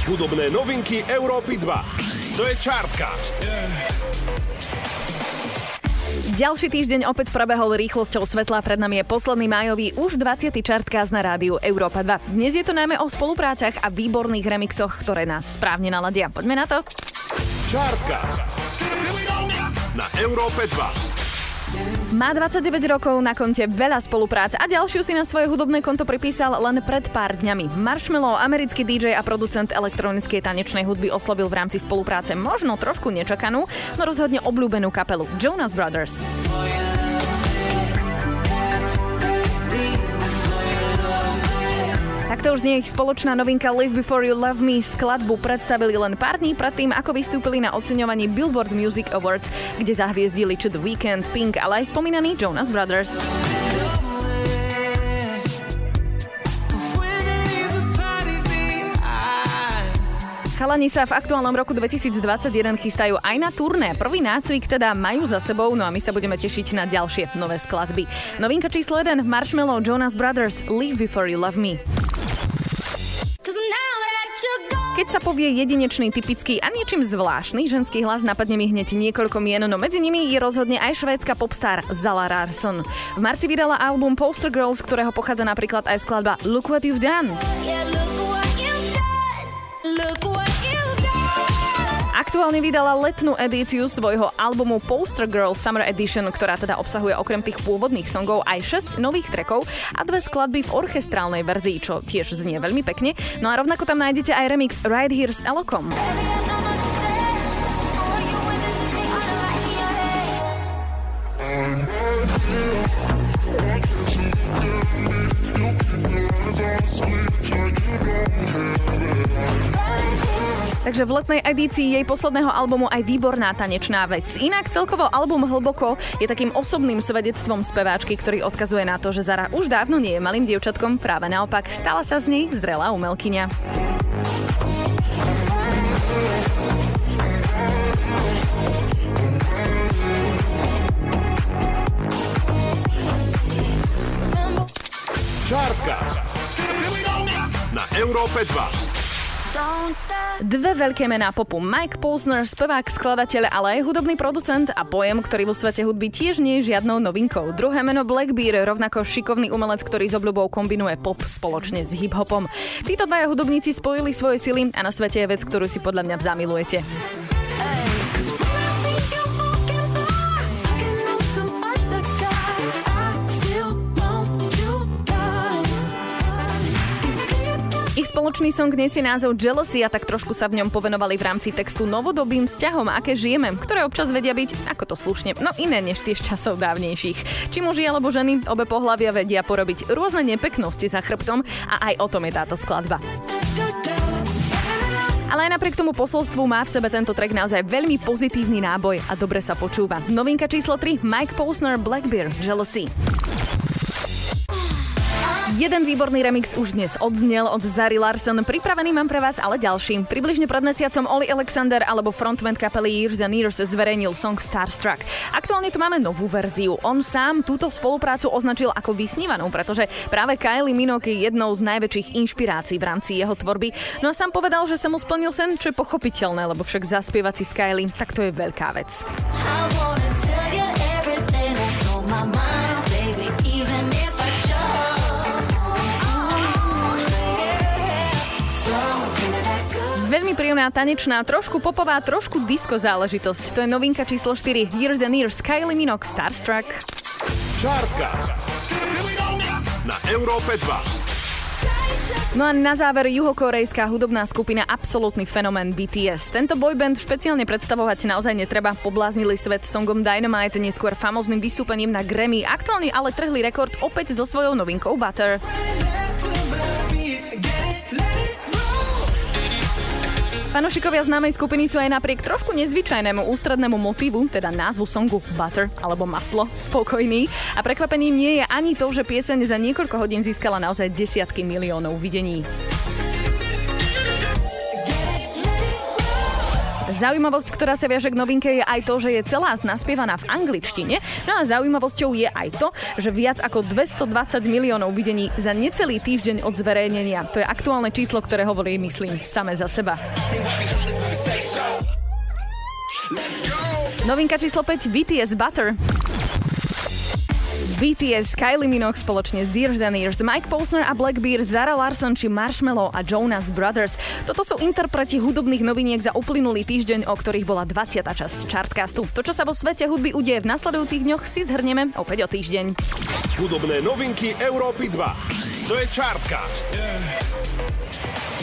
Hudobné novinky Európy 2. To je Chartcast. Ďalší týždeň opäť prebehol rýchlosťou svetla. Pred nami je posledný májový, už 20. Chartcast na rádiu Európa 2. Dnes je to najmä o spoluprácach a výborných remixoch, ktoré nás správne naladia. Poďme na to. Chartcast na Európe 2. Má 29 rokov, na konte veľa spoluprác a ďalšiu si na svoje hudobné konto pripísal len pred pár dňami. Marshmello, americký DJ a producent elektronickej tanečnej hudby, oslovil v rámci spolupráce možno trošku nečakanú, no rozhodne obľúbenú kapelu Jonas Brothers. Takto už znie ich spoločná novinka Live Before You Love Me. Skladbu predstavili len pár dní predtým, ako vystúpili na oceňovaní Billboard Music Awards, kde zahviezdili The Weeknd, Pink, ale aj spomínaný Jonas Brothers. Chalani sa v aktuálnom roku 2021 chystajú aj na turné. Prvý nácvik teda majú za sebou, no a my sa budeme tešiť na ďalšie nové skladby. Novinka číslo 1, Marshmello, Jonas Brothers, Live Before You Love Me. Keď sa povie jedinečný, typický a niečím zvláštny ženský hlas, napadne mi hneď niekoľko mien, no medzi nimi je rozhodne aj švédska popstar Zara Larsson. V marci vydala album Poster Girls, z ktorého pochádza napríklad aj skladba Look What You've Done. Aktuálne vydala letnú edíciu svojho albumu Poster Girl Summer Edition, ktorá teda obsahuje okrem tých pôvodných songov aj 6 nových trackov a 2 skladby v orchestrálnej verzii, čo tiež znie veľmi pekne. No a rovnako tam nájdete aj remix Right Here s Elokom. Takže v letnej edícii jej posledného albumu aj výborná tanečná vec. Inak celkovo album Hlboko je takým osobným svedectvom speváčky, ktorý odkazuje na to, že Zara už dávno nie je malým dievčatkom, práve naopak stala sa z nej zrelá umelkyňa. Chartcast na Európe 2. Dve veľké mená popu, Mike Posner, spevák, skladateľ, ale aj hudobný producent a pojem, ktorý vo svete hudby tiež nie je žiadnou novinkou. Druhé meno Blackbeard, rovnako šikovný umelec, ktorý s obľubou kombinuje pop spoločne s hip-hopom. Títo dvaja hudobníci spojili svoje sily a na svete je vec, ktorú si podľa mňa zamilujete. Ich spoločný song nesie názov Jealousy a tak trošku sa v ňom povenovali v rámci textu novodobým vzťahom, aké žijeme, ktoré občas vedia byť, ako to slušne, no iné než tie z časov dávnejších. Či muži alebo ženy, obe pohlavia vedia porobiť rôzne nepeknosti za chrbtom a aj o tom je táto skladba. Ale aj napriek tomu posolstvu má v sebe tento track naozaj veľmi pozitívny náboj a dobre sa počúva. Novinka číslo 3, Mike Posner, Blackbeard, Jealousy. Jeden výborný remix už dnes odznel od Zary Larsson. Pripravený mám pre vás ale ďalší. Približne pred mesiacom Oli Alexander alebo frontman kapely Years and Years zverejnil song Starstruck. Aktuálne tu máme novú verziu. On sám túto spoluprácu označil ako vysnívanú, pretože práve Kylie Minogue je jednou z najväčších inšpirácií v rámci jeho tvorby. No a sám povedal, že sa mu splnil sen, čo je pochopiteľné, lebo však zaspievať si s Kylie, tak to je veľká vec. Veľmi príjemná tanečná, trošku popová, trošku disco záležitosť. To je novinka číslo 4, Years and Years, Kylie Minogue, Starstruck. Chartcast na Európe 2. No a na záver juhokorejská hudobná skupina absolútny fenomén BTS. Tento boyband špeciálne predstavovať naozaj netreba. Pobláznili svet songom Dynamite, neskôr famóznym vystúpením na Grammy. Aktuálne ale trhli rekord opäť so svojou novinkou Butter. Fanúšikovia známej skupiny sú aj napriek trošku nezvyčajnému ústrednému motívu, teda názvu songu Butter alebo maslo, spokojný. A prekvapením nie je ani to, že pieseň za niekoľko hodín získala naozaj desiatky miliónov videní. Zaujímavosť, ktorá sa viaže k novinke, je aj to, že je celá naspievaná v angličtine. No a zaujímavosťou je aj to, že viac ako 220 miliónov videní za necelý týždeň od zverejnenia. To je aktuálne číslo, ktoré hovorí, myslím, same za seba. Novinka číslo 5, BTS Butter. BTS, Kylie Minogue spoločne s Years and Years, Mike Posner a Blackbeard, Zara Larsson či Marshmello a Jonas Brothers. Toto sú interpreti hudobných noviniek za uplynulý týždeň, o ktorých bola 20. časť Chartcastu. To, čo sa vo svete hudby udeje v nasledujúcich dňoch, si zhrnieme opäť o týždeň. Hudobné novinky Európy 2. To je Chartcast.